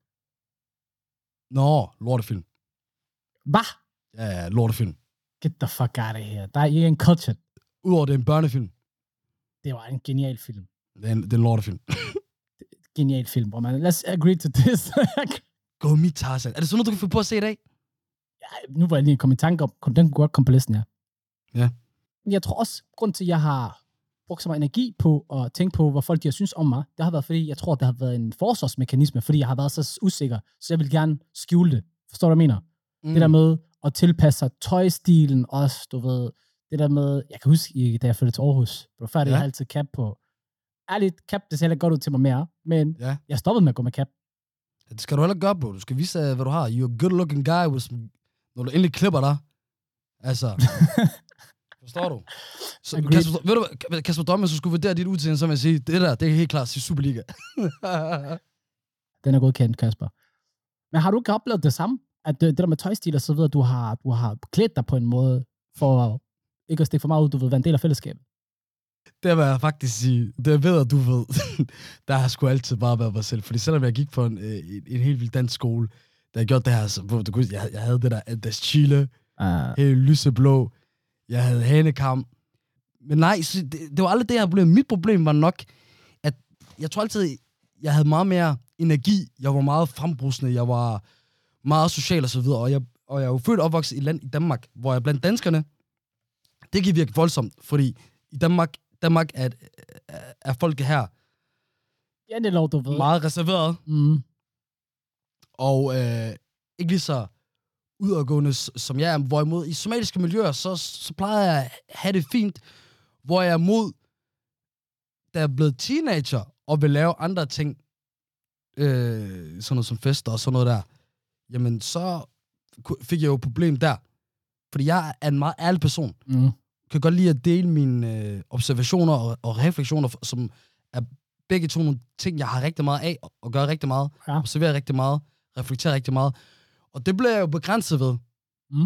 Nå, lortefilm. Hvad? Ja, ja, lortefilm. Get the fuck out of here. Der er ikke en culture. Udover det er en børnefilm. Det var en genial film. Det er en, det er en lortefilm. Genial film, bror, man. Let's agree to this. Gummi Tarzan. Er det sådan noget, du kan få på at se i dag? Ja, nu var jeg lige kommet i tanke om, den kunne godt komme på listen, ja. Ja. Jeg tror også, grund til, at jeg har brugt så meget energi på at tænke på, hvad folk de har synes om mig, det har været, fordi jeg tror, det har været en forsvarsmekanisme, fordi jeg har været så usikker, så jeg vil gerne skjule det. Forstår du, hvad jeg mener? Mm. Det der med at tilpasse sig tøjstilen også, du ved. Det der med, jeg kan huske, da jeg flyttede til Aarhus, det var før, ja. Jeg havde altid cap på. Ærligt, cap, det ser heller godt ud til mig mere, men ja. Jeg stoppede med at gå med cap. Det skal du heller gøre, bro. Du skal vise, hvad du har. You're a good looking guy, with some... når du endelig klipper dig. Altså... Forstår du? Så, Kasper, ved du, Kasper Drømme, så skulle vurdere dit udseende, så vil jeg sige, det der, det er helt klart til Superliga. Den er godkendt, Kasper. Men har du ikke oplevet det samme? At det, det der med tøjstil og så videre, du har, du har klædt dig på en måde, for ikke at stikke for meget ud, du ved, være en del af fællesskabet? Det vil jeg faktisk sige. Det jeg ved, at du ved, der har sgu altid bare været mig selv. Fordi selvom jeg gik på en, en, en helt vild dansk skole, da jeg gjorde det her, så, du, jeg, jeg havde det der Andas Chile, uh. helt lyseblå, jeg havde hanekam. Men nej, det, det var aldrig det her problem. Mit problem var nok, at jeg tror altid, jeg havde meget mere energi. Jeg var meget frembrusende. Jeg var meget social og så videre. Og jeg, og jeg er jo født og opvokset i land i Danmark, hvor jeg blandt danskerne, det kan virke voldsomt, fordi i Danmark, Danmark er, er folket her ja, det er lov, du ved. Meget reserveret. Mm. Og øh, ikke lige så udadgående, som jeg er. Hvorimod i somaliske miljøer, så, så plejer jeg at have det fint, hvor jeg er mod, da jeg er blevet teenager, og vil lave andre ting, øh, sådan noget som fester og sådan noget der, jamen så fik jeg jo et problem der. Fordi jeg er en meget ærlig person. Mm. Jeg kan godt lide at dele mine øh, observationer og, og refleksioner, som er begge to nogle ting, jeg har rigtig meget af, og gør rigtig meget, ja. Observerer rigtig meget, reflekterer rigtig meget. Og det blev jeg jo begrænset ved. Mm.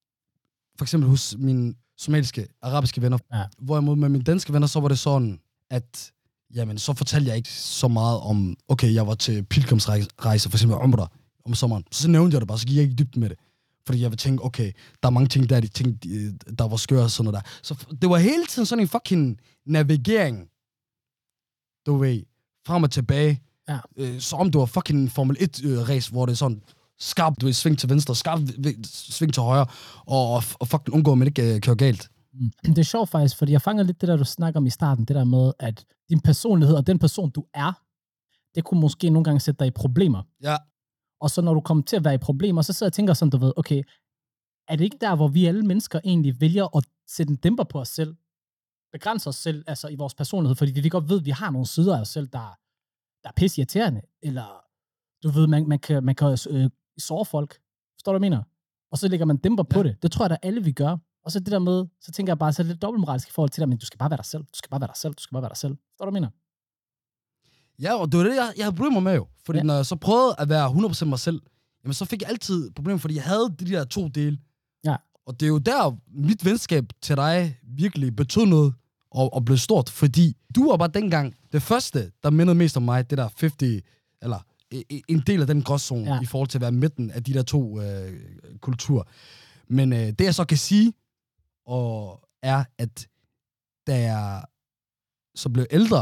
For eksempel hos mine somaliske, arabiske venner. Ja. Hvorimod med mine danske venner, så var det sådan, at jamen, så fortalte jeg ikke så meget om, okay, jeg var til pilgrimsrejse, for eksempel Umrah om sommeren. Så nævnte jeg det bare, så gik jeg ikke i dybden med det. Fordi jeg ville tænke, okay, der er mange ting der, de ting, der var skøre og sådan noget der. Så det var hele tiden sådan en fucking navigering, du ved, frem og tilbage. Ja. Øh, så om det var fucking Formel et-race, hvor det er sådan skarpt, du ved, sving til venstre, skarpt sving til højre, og, og fucking undgå, at man ikke øh, kører galt. Mm. Det er sjovt faktisk, fordi jeg fanger lidt det der, du snakker om i starten, det der med, at din personlighed og den person, du er, det kunne måske nogle gange sætte dig i problemer. Ja. Og så når du kommer til at være i problemer, så sidder jeg og tænker sådan, du ved, okay, er det ikke der, hvor vi alle mennesker egentlig vælger at sætte en dæmper på os selv, begrænse os selv, altså i vores personlighed, fordi vi godt ved, at vi har nogle sider af os selv, der, der er pisseirriterende, eller du ved, man, man kan, man kan øh, såre folk. Forstår du, hvad jeg mener? Og så lægger man dæmper på ja. Det. Det tror jeg, der alle vi gør. Og så det der med, så tænker jeg bare, så er det lidt dobbeltmoralsk i forhold til det, men du skal bare være dig selv, du skal bare være dig selv, du skal bare være dig selv. Forstår du, hvad jeg mener? Ja, og det var det, jeg, jeg havde problemer med jo. Fordi ja. Når jeg så prøvede at være hundrede procent mig selv, jamen så fik jeg altid problemer, fordi jeg havde de der to dele. Ja. Og det er jo der, mit venskab til dig virkelig betød noget, og, og blev stort, fordi du var bare dengang det første, der mindede mest om mig, det der halvtreds, eller en del af den gråzone, ja. I forhold til at være midten af de der to øh, kulturer. Men øh, det jeg så kan sige, og er, at da jeg så blev ældre,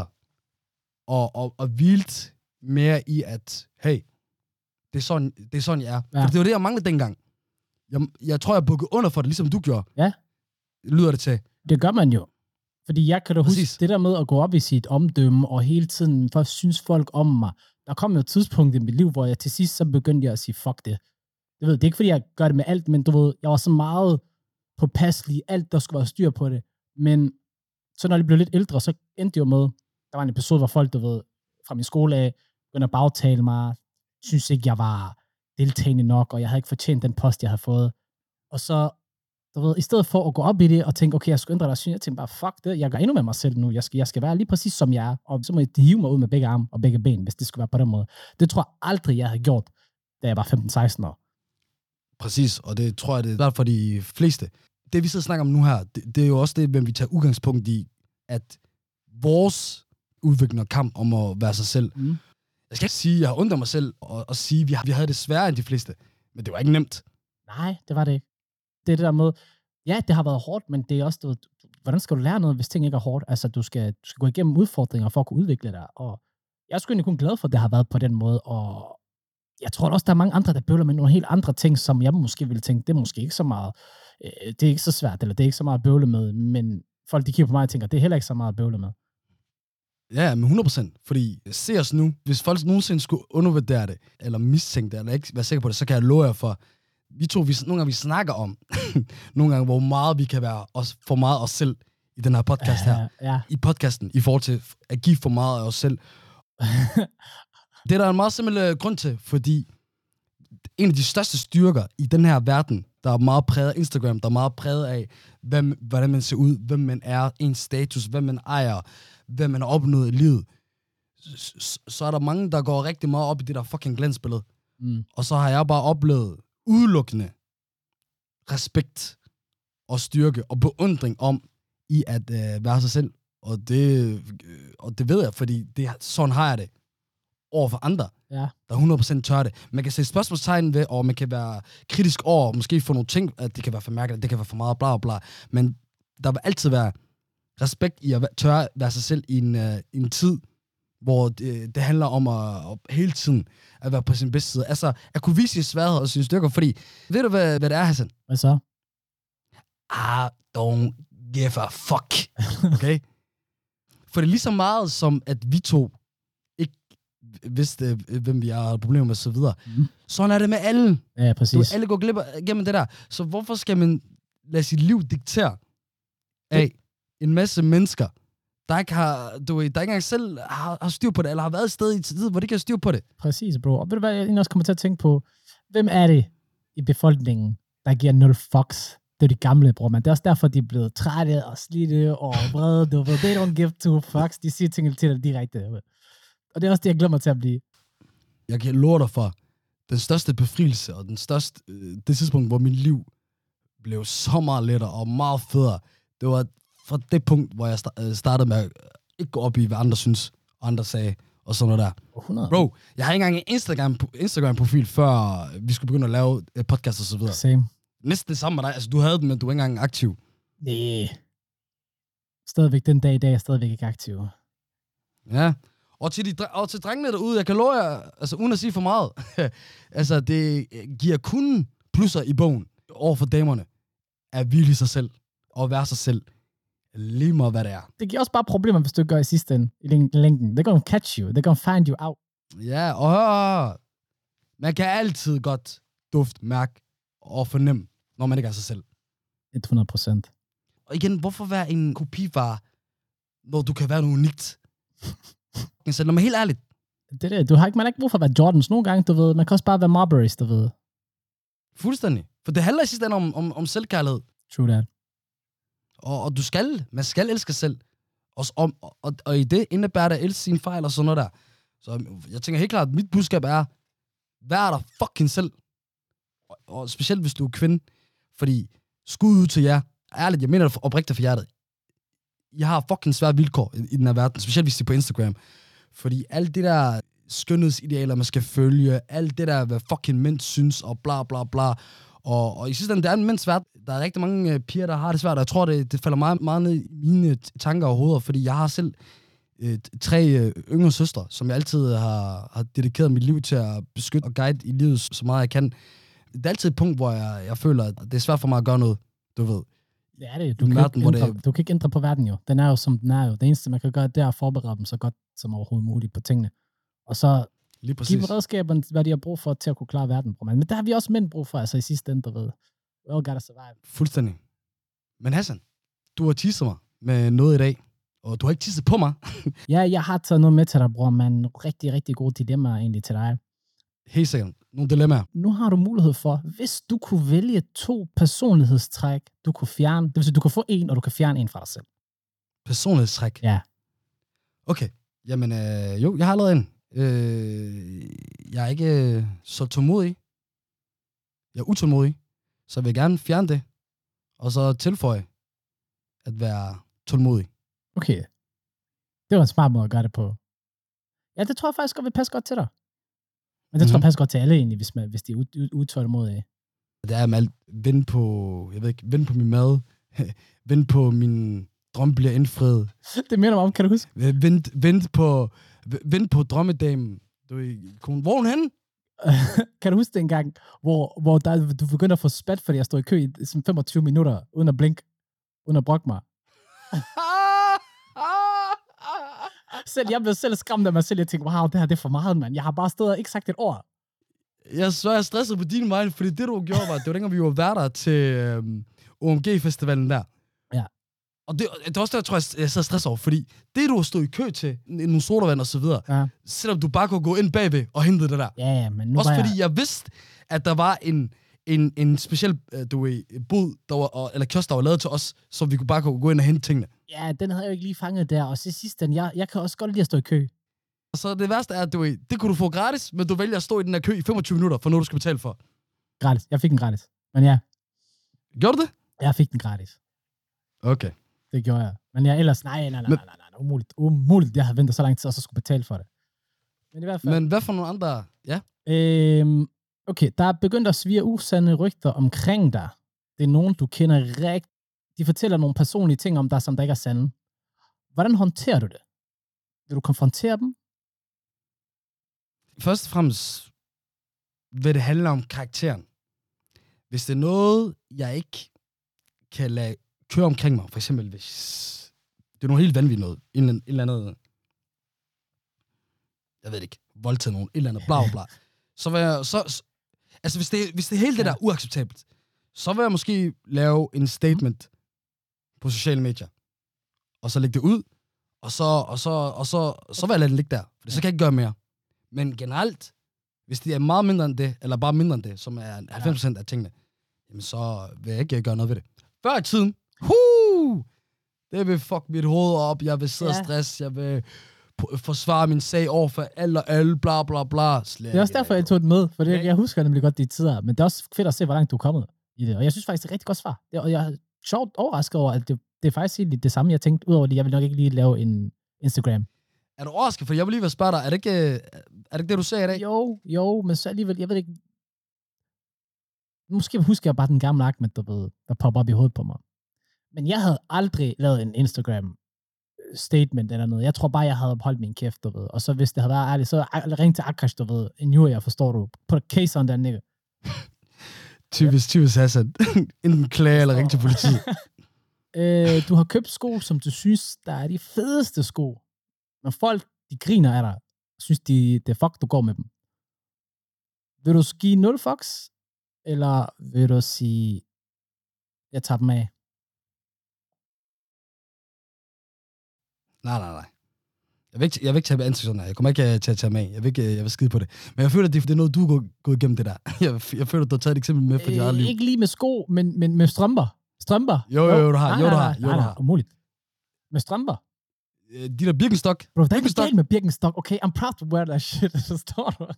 og, og, og hvilt mere i, at hey, det er sådan, det er sådan jeg er. Ja. For det var det, jeg manglede dengang. Jeg, jeg tror, jeg bukkede under for det, ligesom du gjorde. Ja. Lyder det til. Det gør man jo. Fordi jeg kan da huske, det der med at gå op i sit omdømme, og hele tiden for synes folk om mig. Der kom jo et tidspunkt i mit liv, hvor jeg til sidst så begyndte jeg at sige, fuck det. Jeg ved, det er ikke fordi, jeg gør det med alt, men du ved, jeg var så meget påpasselig, alt der skulle være styr på det. Men så når jeg blev lidt ældre, så endte det jo med, der var en episode, hvor folk, du ved, fra min skole af, begyndte at bagtale mig, synes ikke, jeg var deltagende nok, og jeg havde ikke fortjent den post, jeg havde fået. Og så, du ved, i stedet for at gå op i det, og tænke, okay, jeg skal ændre dig, jeg tænkte bare, fuck det, jeg går endnu med mig selv nu, jeg skal, jeg skal være lige præcis som jeg er, og så må jeg hive mig ud med begge arme og begge ben, hvis det skal være på den måde. Det tror jeg aldrig, jeg havde gjort, da jeg var femten seksten år. Præcis, og det tror jeg, det er svært for de fleste. Det, vi sidder og snakker om nu her, det, det er jo også det, hvem vi tager udgangspunkt i, at vores udvikling og kamp om at være sig selv. Mm. Jeg skal ikke sige, at jeg har undret mig selv og, og sige, at vi, vi havde det sværere end de fleste, men det var ikke nemt. Nej, det var det ikke. Det er det der med, ja, det har været hårdt, men det er også, du, hvordan skal du lære noget, hvis ting ikke er hårdt? Altså, du skal, du skal gå igennem udfordringer for at kunne udvikle dig, og jeg er sgu egentlig kun glad for, at det har været på den måde, og jeg tror også, der er mange andre, der bøvler med nogle helt andre ting, som jeg måske ville tænke, det er måske ikke så meget, øh, det er ikke så svært, eller det er ikke så meget at bøvle med, men folk, de kigger på mig og tænker, det er heller ikke så meget at bøvle med. Ja, men hundrede procent. Fordi se os nu, hvis folk nogensinde skulle undervurdere det, eller mistænke det, eller ikke være sikker på det, så kan jeg love jer for, vi to, vi, nogle gange vi snakker om, nogle gange, hvor meget vi kan være os, for meget os selv i den her podcast her. Ja, ja. I podcasten, i forhold til at give for meget af os selv. Det er der en meget simpel grund til, fordi en af de største styrker i den her verden, der er meget præget af Instagram, der er meget præget af, hvem, hvordan man ser ud, hvem man er, ens status, hvem man ejer, hvem man har opnået i livet, så, så er der mange, der går rigtig meget op i det der fucking glansbillede. Mm. Og så har jeg bare oplevet udelukkende respekt og styrke og beundring om i at øh, være sig selv. Og det, øh, og det ved jeg, fordi det, sådan har jeg det over for andre, ja. Der hundrede procent tør det. Man kan se spørgsmålstegn ved, og man kan være kritisk over, måske få nogle ting, at det kan være for mærkeligt, det kan være for meget, bla bla bla. Men der vil altid være respekt i at tørre være sig selv i en, uh, en tid, hvor det, det handler om at, at hele tiden at være på sin bedste side. Altså, at kunne vise sin sværhed og sine styrker, fordi, ved du, hvad, hvad det er, Hassan? Hvad så? I don't give a fuck. Okay? For det er lige så meget som, at vi to ikke vidste, hvem vi har problemer med, og så videre. Mm. Sådan er det med alle. Ja, præcis. Du alle går glip af gennem det der. Så hvorfor skal man lade sit liv diktere af en masse mennesker, der ikke har, du, der ikke engang selv har, har styr på det, eller har været et sted i tid, hvor de kan have styr på det. Præcis, bro. Og ved du hvad, jeg også kommer til at tænke på, hvem er det i befolkningen, der giver nul fucks? Det er de gamle, bror, man. Det er også derfor, de er blevet trætte og slidte og vrede. Du ved, they don't give two fucks. De siger ting til dig direkte. Og det er også det, jeg glemmer til at blive. Jeg kan love dig for, den største befrielse, og den største, øh, det tidspunkt, hvor mit liv blev så meget lettere og meget federe, det var fra det punkt, hvor jeg startede med at ikke gå op i, hvad andre synes, og andre sagde, og sådan noget der. hundrede Bro, jeg har ikke engang en Instagram, Instagram-profil, før vi skulle begynde at lave podcast og så videre. Same. Næsten det samme med dig. Altså, du havde den, men du er ikke engang aktiv. Nej. Stadigvæk den dag i dag er jeg stadigvæk ikke aktiv. Ja. Og til, de, og til drengene derude, jeg kan love jer, altså uden at sige for meget, altså det giver kun plusser i bogen over for damerne, at hvile i sig selv, og være sig selv, lige meget hvad det er. Det giver også bare problemer, hvis du gør i sidste ende, i længden. They're gonna catch you, they're gonna find you out. Ja, og man kan altid godt dufte, mærke og fornemme, når man ikke er sig selv. hundrede procent. Og igen, hvorfor være en kopivare, når du kan være noget unikt? Så lad mig helt ærligt. Det er det. Du har ikke, man har ikke brug for at være Jordans nogle gange, du ved. Man kan også bare være Marburys, du ved. Fuldstændig. For det handler i sidste ende om, om, om selvkærlighed. True that. Og, og du skal, man skal elske selv. Og, og, og, og i det indebærer det at elske sine fejl og sådan noget der. Så jeg tænker helt klart, at mit budskab er, vær der fucking selv. Og, og specielt hvis du er kvinde. Fordi skud ud til jer. Ærligt, jeg mener det oprigtigt for hjertet. Jeg har fucking svære vilkår i, i den her verden. Specielt hvis det er på Instagram. Fordi alt det der skønhedsidealer, man skal følge. Alt det der, hvad fucking mænd synes, og bla bla bla. Og, og i sidste ende, det er en mænds verden. Der er rigtig mange uh, piger, der har det svært. Og jeg tror, det, det falder meget, meget ned i mine tanker og hoveder. Fordi jeg har selv uh, tre uh, yngre søstre, som jeg altid har, har dedikeret mit liv til at beskytte og guide i livet så meget jeg kan. Det er altid et punkt, hvor jeg, jeg føler, at det er svært for mig at gøre noget, du ved. Det er det. Du kan, verden, ikke ændre, det... du kan ikke ændre på verden jo. Den er jo, som den er jo. Det eneste, man kan gøre, det er at forberede dem så godt som overhovedet muligt på tingene. Og så give redskaberne, hvad de har brug for, til at kunne klare verden. Men der har vi også mænd brug for, altså i sidste ende, du ved. We all gotta survive. Fuldstændig. Men Hassan, du har tisset mig med noget i dag, og du har ikke tisset på mig. Ja, jeg har taget noget med til dig, bror, men rigtig, rigtig gode dilemmaer egentlig til dig. Helt sikkert. Nogle dilemmaer. Nu har du mulighed for, hvis du kunne vælge to personlighedstræk, du kunne fjerne, det vil sige, du kan få en, og du kan fjerne en fra dig selv. Personlighedstræk? Ja. Okay. Jamen, øh, jo, jeg har allerede en. Øh, jeg er ikke øh, så tålmodig. jeg er utålmodig, så vil jeg gerne fjerne det, og så tilføje at være tålmodig. Okay. Det var en smart måde at gøre det på. Ja, det tror jeg faktisk godt vil passe godt til dig. Men det mm-hmm. tror jeg passer godt til alle egentlig, hvis, man, hvis de er utålmodige. Det er med alt, vend på, jeg ved ikke, vend på min mad, vend på min drøm bliver indfriet. Det minder mig om, kan du huske? Vent, vent på, vent på drømmedamen. Du, hvor er hun henne? Kan du huske det engang, hvor, hvor der, du begynder at få spat, fordi jeg stod i kø i sådan femogtyve minutter, uden at blinke, uden at brokke mig? Selv, jeg blev selv skræmt af mig selv. Jeg tænkte, wow, det her det er for meget, mand. Jeg har bare stået og ikke sagt et ord. Jeg så jeg stresset på din vej, fordi det, du gjorde, var, det var dengang, vi var værter til øhm, O M G-festivalen der. Ja. Og det, det er også der, jeg tror, jeg, jeg sad stresset over, fordi det, du har stået i kø til, nogle sodavand og så videre, ja. Selvom du bare kunne gå ind bagved og hente det der. Ja, ja, men nu også var fordi jeg... jeg vidste, at der var en, en, en speciel du ved, bod, der var, eller kiosk, der var lavet til os, så vi kunne bare kunne gå ind og hente tingene. Ja, den havde jeg jo ikke lige fanget der, og til sidst, den, jeg, jeg kan også godt lide at stå i kø. Og så det værste er, at du ved, det kunne du få gratis, men du vælger at stå i den her kø i femogtyve minutter, for noget, du skal betale for. Gratis. Jeg fik den gratis. Men ja. Gjorde du det? Jeg fik den gratis. Okay. Det gjorde jeg. Men jeg ellers, nej, nej, nej, nej, nej, nej, nej umuligt. Umuligt, jeg havde ventet så lang tid, og så skulle betale for det. Men i hvert fald... Men hvad for nogle andre, ja? Øhm, okay, der er begyndt at svire usande rygter omkring dig. Det er nogen, du kender rigtig. De fortæller nogle personlige ting om dig, som der ikke er sande. Hvordan håndterer du det? Vil du konfrontere dem? Først og fremmest vil det handle om karakteren. Hvis det er noget, jeg ikke kan lade køre omkring mig, for eksempel hvis det er noget helt vanvittigt noget, en eller, en eller andet, jeg ved ikke, voldtaget nogen, et eller andet, bla bla, så vil jeg, så, så altså hvis det, hvis det hele det der er uacceptabelt, så vil jeg måske lave en statement på sociale medier, og så lægge det ud, og så, og så, og så, så vil jeg lade det ligge der, for så kan jeg ikke gøre mere. Men generelt, hvis det er meget mindre end det, eller bare mindre end det, som er halvfems procent af tingene, jamen så vil jeg ikke gøre noget ved det. Før i tiden, huh, det vil fuck mit hoved op, jeg vil sidde og stress, jeg vil forsvare min sag over for alle og alle, bla bla bla. Slet det er også derfor, jeg tog den med, for det, jeg husker nemlig godt de tider, men det er også fedt at se, hvor langt du er kommet i det, og jeg synes faktisk, det er et rigtig godt svar. Det, og jeg er sjovt overrasket over, at det, det er faktisk egentlig det samme, jeg tænkte, udover det, jeg vil nok ikke lige lave en Instagram. Er du overrasket? For jeg vil lige være spørge dig, er det ikke, er det, ikke det, du sagde i dag? Jo, jo, men så alligevel, jeg ved ikke, måske husker jeg bare den gamle Ahmed, der, ved, der popper op i hovedet på mig. Men jeg havde aldrig lavet en Instagram statement eller noget. Jeg tror bare, jeg havde holdt min kæft, du ved. Og så hvis det havde været ærligt, så ring til Akash, du ved. En jure, jeg forstår du. Put a case on that nigga. Typisk, typisk Hassan. Enten klage eller ring til politiet. øh, du har købt sko, som du synes, der er de fedeste sko. Når folk, de griner af dig, synes de, det er fuck, du går med dem. Vil du give nul fucks? Eller vil du sige, jeg tager dem af? Nej, nej, nej. Jeg vil ikke, jeg vil ikke tage ansigt sådan her. Jeg kommer ikke til at tage med. Jeg vil ikke, jeg vil skide på det. Men jeg føler, at det er noget, du har gået, gået igennem det der. Jeg, jeg føler, at du har taget et eksempel med for dit eget liv. Ikke lige med sko, men, men med strømper. Strømper. Jo, jo, jo, du har. Nej, jo, du nej, har. nej, Jo, du har. umuligt. Med strømper. De der Birkenstock. Bro, der er ikke galt med Birkenstock. Okay, I'm proud to wear that shit. Så står du.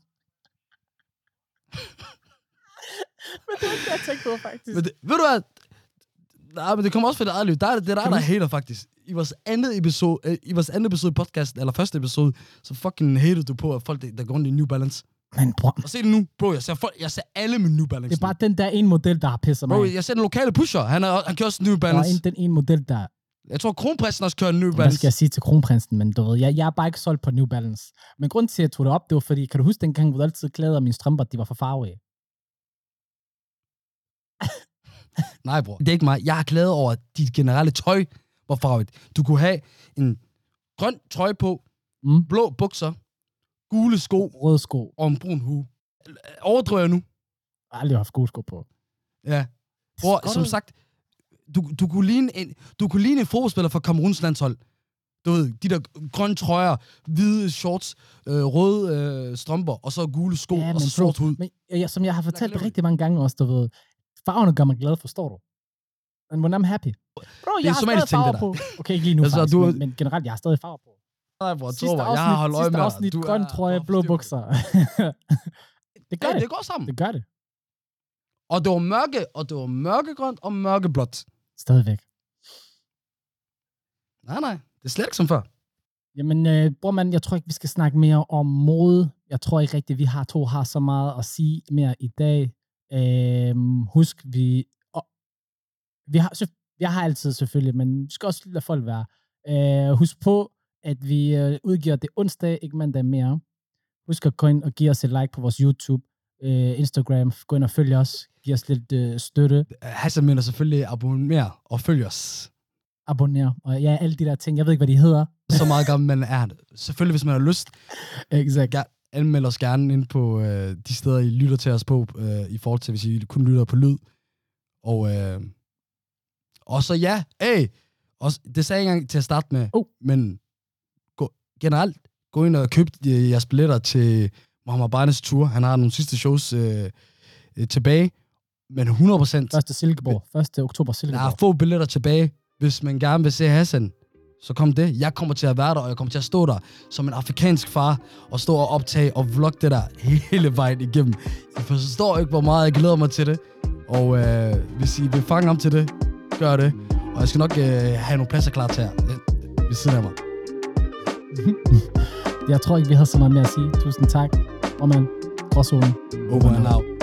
Men det er ikke det, jeg tænkte på, faktisk. Men det, ved du hvad? Nej, men det kommer også fra dit eget liv. Der er det, det er der, der er hater, faktisk. I vores andet episode, i vores andet episode podcast, eller første episode, så fucking hater du på, at folk, der går rundt i New Balance. Men bror. Og se det nu, bro. Jeg ser, folk, jeg ser alle med New Balance. Det er bare den der ene model, der har pisset mig. Bro, jeg ser den lokale pusher. Han, er, han kører også New Balance. Og den ene model, der... Jeg tror, kronprinsen også kører New Balance. Hvad skal jeg sige til kronprinsen? Men du ved, jeg, jeg er bare ikke solgt på New Balance. Men grunden til, at jeg tog det op, det var fordi, kan du huske dengang, hvor du altid klæder af mine strømper, de var for farverige? Nej, bror. Det er ikke mig. Jeg er glad over, at dit generelle tøj var farvet. Du kunne have en grøn trøje på, mm. blå bukser, gule sko, røde sko og en brun hue. Overdriver jeg nu? Jeg har aldrig haft gode sko på. Ja. Bror, som sagt, du, du, kunne ligne en, du kunne ligne en fodboldspiller fra Kameruns landshold. Du ved, de der grønne trøjer, hvide shorts, øh, røde øh, strømper, og så gule sko, ja, og så sort hud. Men jeg, som jeg har fortalt det rigtig mange gange også, du ved, farverne gør mig glad, forstår du? And when I'm happy. Bro, jeg har stadig farver på. Okay, ikke lige nu altså, faktisk, du... men, men generelt, jeg har stadig farver på. Nej, bror, sidste afsnit, jeg har holdt øje med afsnit, dig. grøn trøje, blå bukser. Det gør ja, det. Det går sammen. Det gør det. Og det var mørke, og det var mørkegrønt og mørkeblåt. Stadigvæk. Nej, nej. Det er slet ikke som før. Jamen, øh, bror man, jeg tror ikke, vi skal snakke mere om mode. Jeg tror ikke rigtigt, vi har to har så meget at sige mere i dag. Øh, husk, vi... Og, vi har, jeg har altid selvfølgelig, men vi skal også lade folk være. Øh, husk på, at vi øh, udgiver det onsdag, ikke mandag mere. Husk at gå ind og give os et like på vores YouTube, øh, Instagram. Gå ind og følg os. Giv os lidt øh, støtte. Hassan mener selvfølgelig abonner og følg os. Abonner. Og ja, alle de der ting. Jeg ved ikke, hvad de hedder. Så meget gammel man er. Selvfølgelig, hvis man har lyst. Exakt. Anmeld os gerne ind på øh, de steder, I lytter til os på, øh, i forhold til, hvis I kun lytter på lyd. Og, øh, og så ja, hey, også, det sagde jeg ikke engang til at starte med, oh. men gå, generelt, gå ind og køb øh, jeres billetter til Mohamed Barnes tour. Han har nogle sidste shows øh, øh, tilbage, men hundrede procent. første Silkeborg, første oktober Silkeborg. Der er få billetter tilbage. Hvis man gerne vil se Hassan, så kom det. Jeg kommer til at være der, og jeg kommer til at stå der som en afrikansk far, og stå og optage og vlogge det der hele vejen igennem. Jeg forstår ikke, hvor meget jeg glæder mig til det. Og øh, hvis I vil fange ham til det, gør det. Og jeg skal nok øh, have nogle pladser klar til jer ved siden af mig. Jeg tror ikke, vi har så meget mere at sige. Tusind tak. Og man, gråzonen. Over and out.